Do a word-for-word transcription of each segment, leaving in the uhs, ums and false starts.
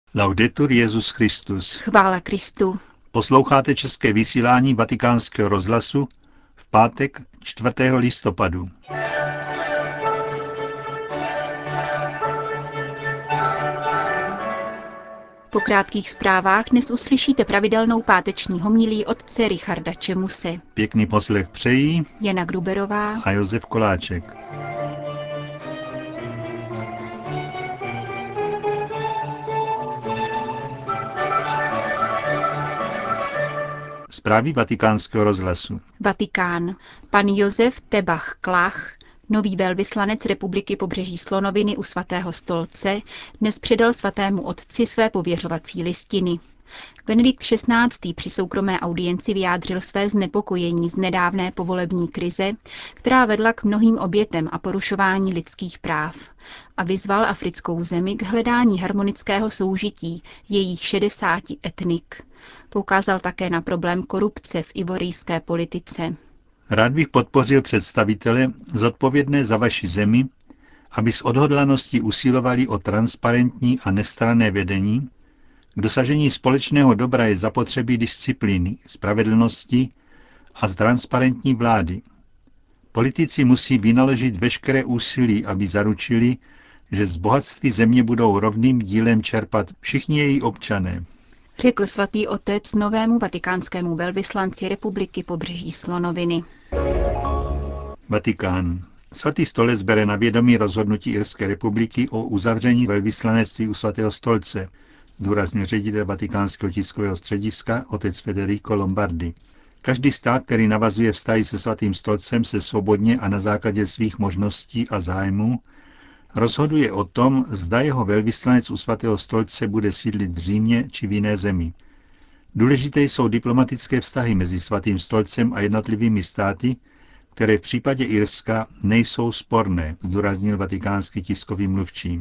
Laudetur Jesus Christus. Chvála Kristu. Posloucháte české vysílání Vatikánského rozhlasu v pátek čtvrtého listopadu. Po krátkých zprávách dnes uslyšíte pravidelnou páteční homilii otce Richarda Čemuse. Pěkný poslech přejí Jana Gruberová a Josef Koláček. Zprávy Vatikánského rozhlasu. Vatikán. Pan Josef Tebach Klach, nový velvyslanec Republiky Pobřeží Slonoviny u svatého stolce, dnes předal svatému otci své pověřovací listiny. Benedikt šestnáctý. Při soukromé audienci vyjádřil své znepokojení z nedávné povolební krize, která vedla k mnohým obětem a porušování lidských práv, a vyzval africkou zemi k hledání harmonického soužití jejich šedesáti etnik. Poukázal také na problém korupce v ivorijské politice. Rád bych podpořil představitele zodpovědné za vaši zemi, aby s odhodlaností usilovali o transparentní a nestranné vedení. K dosažení společného dobra je zapotřebí disciplíny, spravedlnosti a transparentní vlády. Politici musí vynaložit veškeré úsilí, aby zaručili, že z bohatství země budou rovným dílem čerpat všichni její občané, řekl svatý otec novému vatikánskému velvyslanci Republiky Pobřeží Slonoviny. Vatikán. Svatý stolec bere na vědomí rozhodnutí Irské republiky o uzavření velvyslanectví u svatého stolce, zdůraznil ředitel Vatikánského tiskového střediska otec Federico Lombardi. Každý stát, který navazuje vztahy se svatým stolcem, se svobodně a na základě svých možností a zájmů rozhoduje o tom, zda jeho velvyslanec u svatého stolce bude sídlit v Římě či v jiné zemi. Důležité jsou diplomatické vztahy mezi svatým stolcem a jednotlivými státy, které v případě Irska nejsou sporné, zdůraznil vatikánský tiskový mluvčí.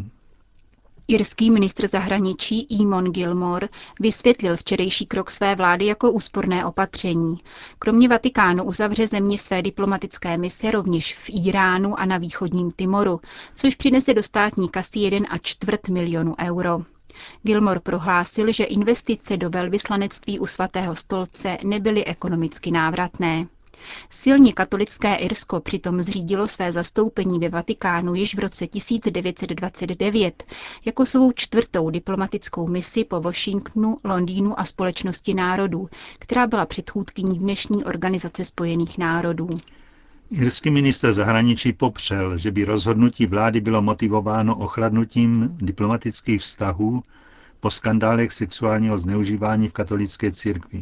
Irský ministr zahraničí Eamon Gilmore vysvětlil včerejší krok své vlády jako úsporné opatření. Kromě Vatikánu uzavře země své diplomatické mise rovněž v Íránu a na východním Timoru, což přinese do státní kasy jeden a čtvrt milionu euro. Gilmore prohlásil, že investice do velvyslanectví u svatého stolce nebyly ekonomicky návratné. Silně katolické Irsko přitom zřídilo své zastoupení ve Vatikánu již v roce tisíc devět set dvacet devět jako svou čtvrtou diplomatickou misi po Washingtonu, Londýnu a Společnosti národů, která byla předchůdkyní dnešní Organizace spojených národů. Irský ministr zahraničí popřel, že by rozhodnutí vlády bylo motivováno ochladnutím diplomatických vztahů po skandálech sexuálního zneužívání v katolické církvi.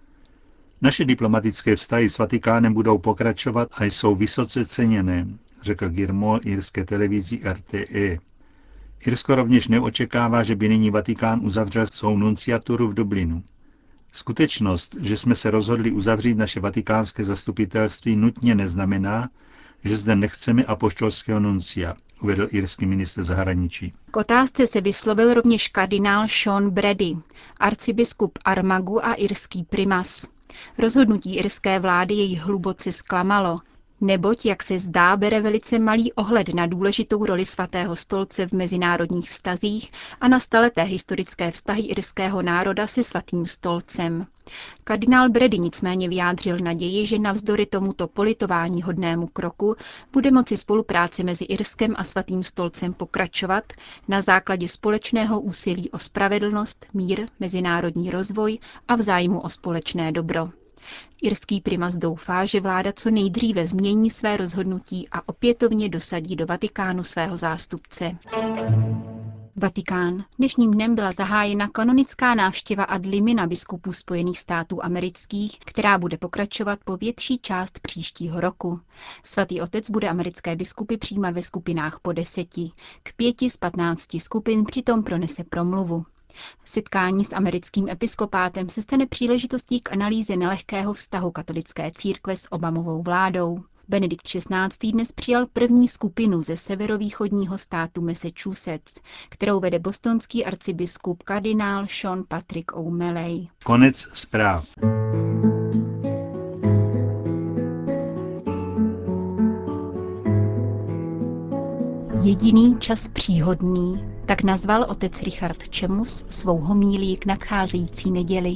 Naše diplomatické vztahy s Vatikánem budou pokračovat a jsou vysoce ceněné, řekl Gilmore irské televizi R T E. Irsko rovněž neočekává, že by nyní Vatikán uzavřel svou nunciaturu v Dublinu. Skutečnost, že jsme se rozhodli uzavřít naše vatikánské zastupitelství, nutně neznamená, že zde nechceme apoštolského nuncia, uvedl irský ministr zahraničí. K otázce se vyslovil rovněž kardinál Sean Brady, arcibiskup Armagu a irský primas. Rozhodnutí irské vlády jej hluboce zklamalo, neboť, jak se zdá, bere velice malý ohled na důležitou roli svatého stolce v mezinárodních vztazích a na staleté historické vztahy irského národa se svatým stolcem. Kardinál Brady nicméně vyjádřil naději, že navzdory tomuto politování hodnému kroku bude moci spolupráce mezi Irskem a svatým stolcem pokračovat na základě společného úsilí o spravedlnost, mír, mezinárodní rozvoj a v zájmu o společné dobro. Irský primas doufá, že vláda co nejdříve změní své rozhodnutí a opětovně dosadí do Vatikánu svého zástupce. Vatikán. Dnešním dnem byla zahájena kanonická návštěva ad limina biskupů Spojených států amerických, která bude pokračovat po větší část příštího roku. Svatý otec bude americké biskupy přijímat ve skupinách po deseti. K pěti z patnácti skupin přitom pronese promluvu. Setkání s americkým episkopátem se stane příležitostí k analýze nelehkého vztahu katolické církve s Obamovou vládou. Benedikt šestnáctý. Dnes přijal první skupinu ze severovýchodního státu Massachusetts, kterou vede bostonský arcibiskup kardinál Sean Patrick O'Malley. Konec zpráv. Jediný čas příhodný. Tak nazval otec Richard Čemus svou homílii k nadcházející neděli.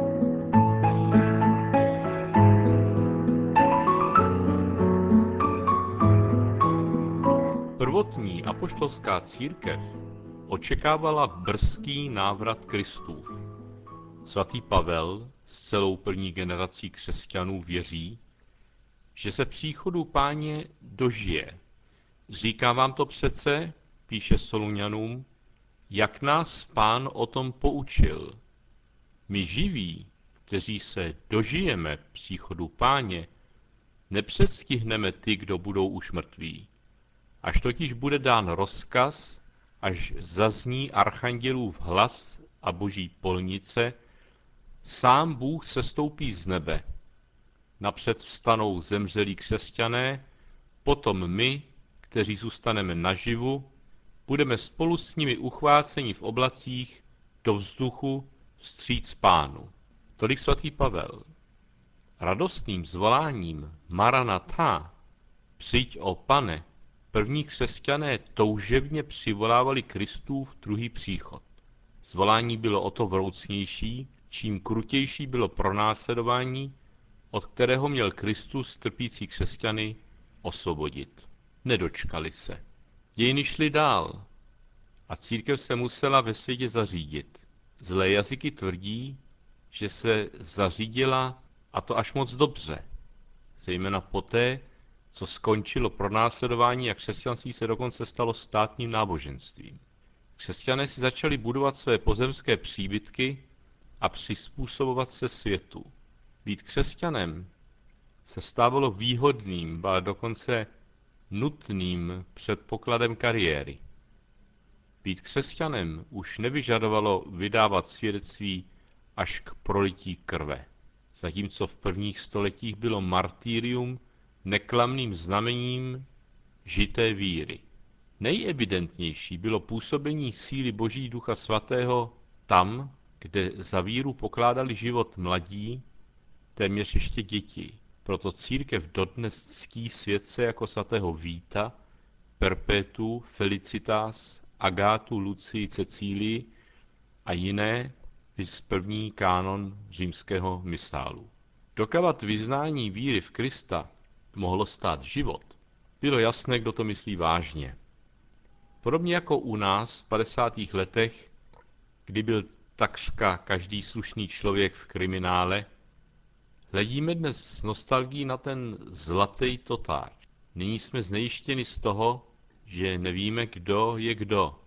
Prvotní apoštolská církev očekávala brzký návrat Kristův. Svatý Pavel s celou první generací křesťanů věří, že se příchodu Páně dožije. Říká vám to přece, píše Solunjanům, jak nás Pán o tom poučil. My živí, kteří se dožijeme příchodu Páně, nepředstihneme ty, kdo budou už mrtví. Až totiž bude dán rozkaz, až zazní archandělův hlas a boží polnice, sám Bůh sestoupí z nebe. Napřed vstanou zemřelí křesťané, potom my, kteří zůstaneme naživu, budeme spolu s nimi uchváceni v oblacích do vzduchu vstříc Pánu. Tolik svatý Pavel. Radostným zvoláním Maranatha, přijď o Pane, první křesťané toužebně přivolávali Kristův druhý příchod. Zvolání bylo o to vroucnější, čím krutější bylo pronásledování, od kterého měl Kristus trpící křesťany osvobodit. Nedočkali se. Dějiny šly dál a církev se musela ve světě zařídit. Zlé jazyky tvrdí, že se zařídila, a to až moc dobře, zejména poté, co skončilo pronásledování a křesťanství se dokonce stalo státním náboženstvím. Křesťané si začali budovat své pozemské příbytky a přizpůsobovat se světu. Být křesťanem se stávalo výhodným, ba dokonce nutným předpokladem kariéry. Být křesťanem už nevyžadovalo vydávat svědectví až k prolití krve, zatímco v prvních stoletích bylo martýrium neklamným znamením žité víry. Nejevidentnější bylo působení síly Boží Ducha Svatého tam, kde za víru pokládali život mladí, téměř ještě děti. Proto církev dodnes ctí světce jako svatého Víta, Perpetu, Felicitas, Agátu, Lucii, Cecílii a jiné, viz první kánon římského misálu. Dokavat vyznání víry v Krista mohlo stát život, bylo jasné, kdo to myslí vážně. Podobně jako u nás v padesátých letech, kdy byl takřka každý slušný člověk v kriminále, hledíme dnes s nostalgií na ten zlatý totáč. Nyní jsme znejištěni z toho, že nevíme, kdo je kdo.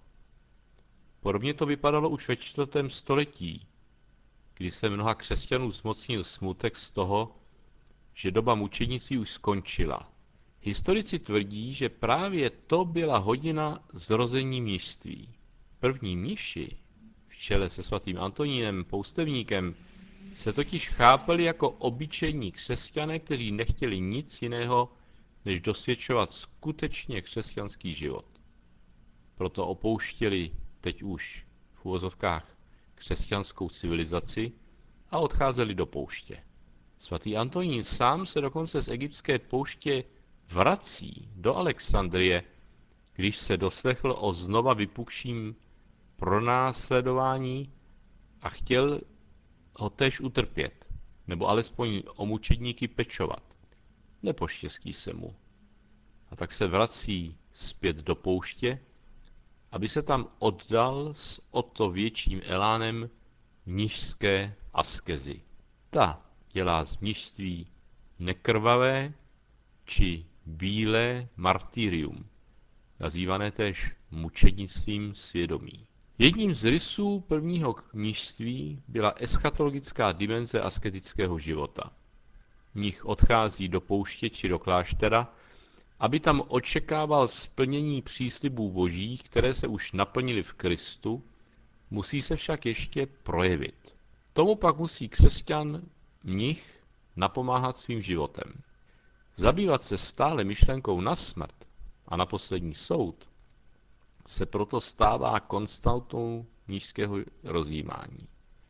Podobně to vypadalo už ve čtvrtém století, kdy se mnoha křesťanů zmocnil smutek z toho, že doba mučednictví už skončila. Historici tvrdí, že právě to byla hodina zrození mnišství. První mniši, v čele se svatým Antonínem Poustevníkem, se totiž chápali jako obyčejní křesťané, kteří nechtěli nic jiného, než dosvědčovat skutečně křesťanský život. Proto opouštěli teď už v uvozovkách křesťanskou civilizaci a odcházeli do pouště. Svatý Antonín sám se dokonce z egyptské pouště vrací do Alexandrie, když se doslechl o znova vypukším pronásledování a chtěl ho též utrpět, nebo alespoň o mučedníky pečovat. Nepoštěstí se mu. A tak se vrací zpět do pouště, aby se tam oddal s o to větším elánem mnišské askezy. Ta dělá z mnišství nekrvavé či bílé martyrium, nazývané též mučednictvím svědomí. Jedním z rysů prvního mnišství byla eschatologická dimenze asketického života. Mnich odchází do pouště či do kláštera, aby tam očekával splnění příslibů božích, které se už naplnily v Kristu, musí se však ještě projevit. Tomu pak musí křesťan, mnich, napomáhat svým životem. Zabývat se stále myšlenkou na smrt a na poslední soud se proto stává konstantou mnišského rozjímání.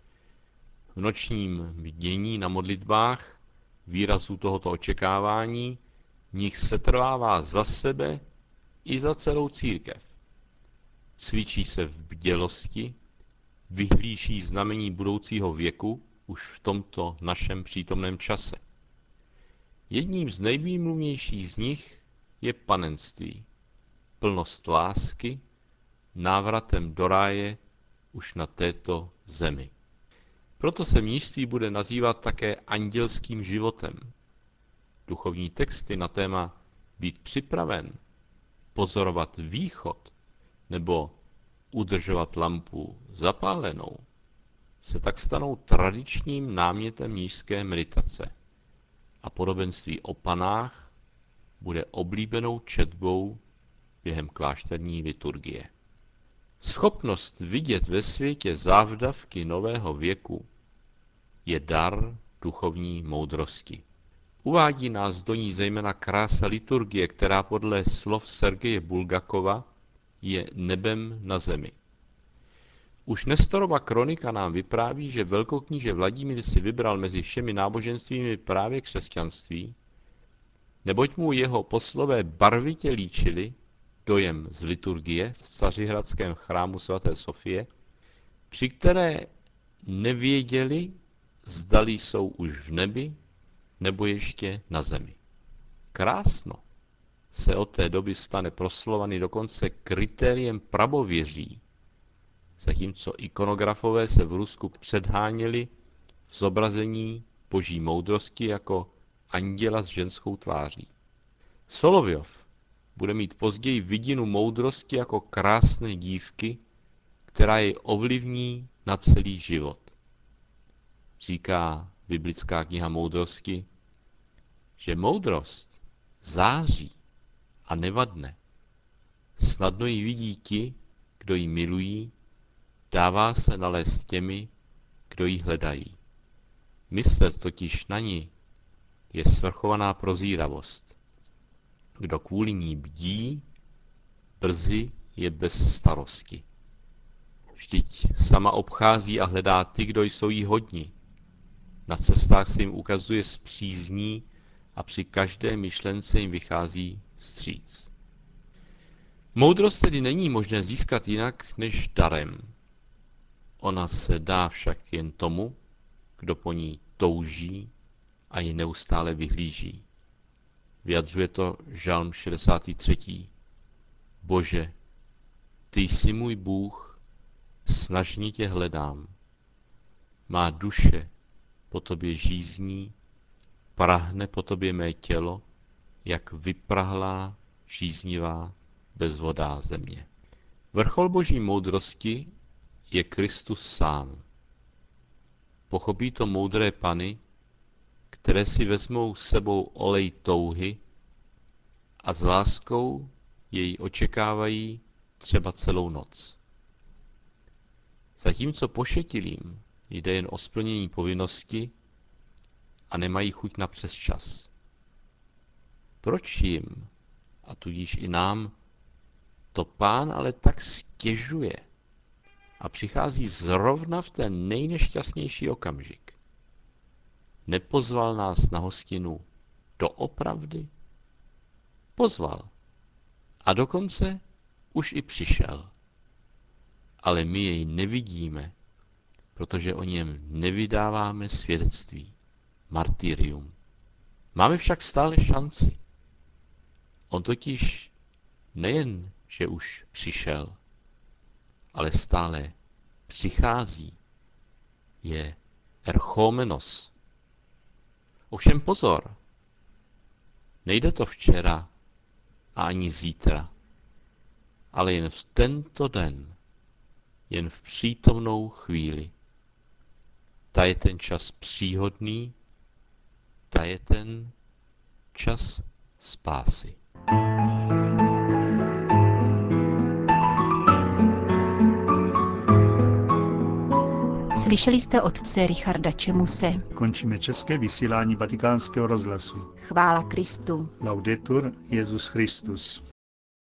V nočním bdění na modlitbách, výrazů tohoto očekávání, mnich setrvává za sebe i za celou církev. cvičí se v bdělosti, vyhlíží znamení budoucího věku už v tomto našem přítomném čase. Jedním z nejvýmluvnějších z nich je panenství, plnost lásky, návratem do ráje už na této zemi. Proto se mnížství bude nazývat také andělským životem. Duchovní texty na téma být připraven, pozorovat východ nebo udržovat lampu zapálenou se tak stanou tradičním námětem mnížské meditace a podobenství o panách bude oblíbenou četbou během klášterní liturgie. Schopnost vidět ve světě závdavky nového věku je dar duchovní moudrosti. Uvádí nás do ní zejména krása liturgie, která podle slov Sergeje Bulgakova je nebem na zemi. Už Nestorova kronika nám vypráví, že velkokníže Vladimír si vybral mezi všemi náboženstvími právě křesťanství, neboť mu jeho poslové barvitě líčili dojem z liturgie v Cařihradském chrámu svaté Sofie, při které nevěděli, zdali jsou už v nebi nebo ještě na zemi. Krásno se od té doby stane proslovaný dokonce kritériem prabověří, zatímco ikonografové se v Rusku předháněli v zobrazení boží moudrosti jako anděla s ženskou tváří. Solovjov bude mít později vidinu moudrosti jako krásné dívky, která jej ovlivní na celý život. Říká biblická kniha moudrosti, že moudrost září a nevadne. Snadno ji vidí ti, kdo ji milují, dává se nalézt těmi, kdo ji hledají. Myslet totiž na ní je svrchovaná prozíravost. Kdo kvůli ní bdí, brzy je bez starosti. Vždyť sama obchází a hledá ty, kdo jsou jí hodni. Na cestách se jim ukazuje spřízní a při každé myšlence jim vychází vstříc. Moudrost tedy není možné získat jinak než darem. Ona se dá však jen tomu, kdo po ní touží a ji neustále vyhlíží. Vyjadřuje to Žalm šedesátý třetí Bože, ty jsi můj Bůh, snažně tě hledám. Má duše po tobě žízní, prahne po tobě mé tělo, jak vyprahlá, žíznivá, bezvodá země. Vrchol boží moudrosti je Kristus sám. Pochopí to moudré pany, které si vezmou s sebou olej touhy a s láskou jej očekávají třeba celou noc. Zatímco pošetilým jde jen o splnění povinnosti a nemají chuť na přesčas. Proč jim, a tudíž i nám, to Pán ale tak stěžuje a přichází zrovna v ten nejnešťastnější okamžik? Nepozval nás na hostinu doopravdy? Pozval. A dokonce už i přišel. Ale my jej nevidíme, protože o něm nevydáváme svědectví, martyrium. Máme však stále šanci. On totiž nejen, že už přišel, ale stále přichází. Je erchomenos. Ovšem pozor, nejde to včera a ani zítra, ale jen v tento den, jen v přítomnou chvíli. Ta je ten čas příhodný, ta je ten čas spásy. Slyšeli jste otce Richarda Čemuse. Končíme české vysílání Vatikánského rozhlasu. Chvála Kristu. Laudetur Jesus Christus.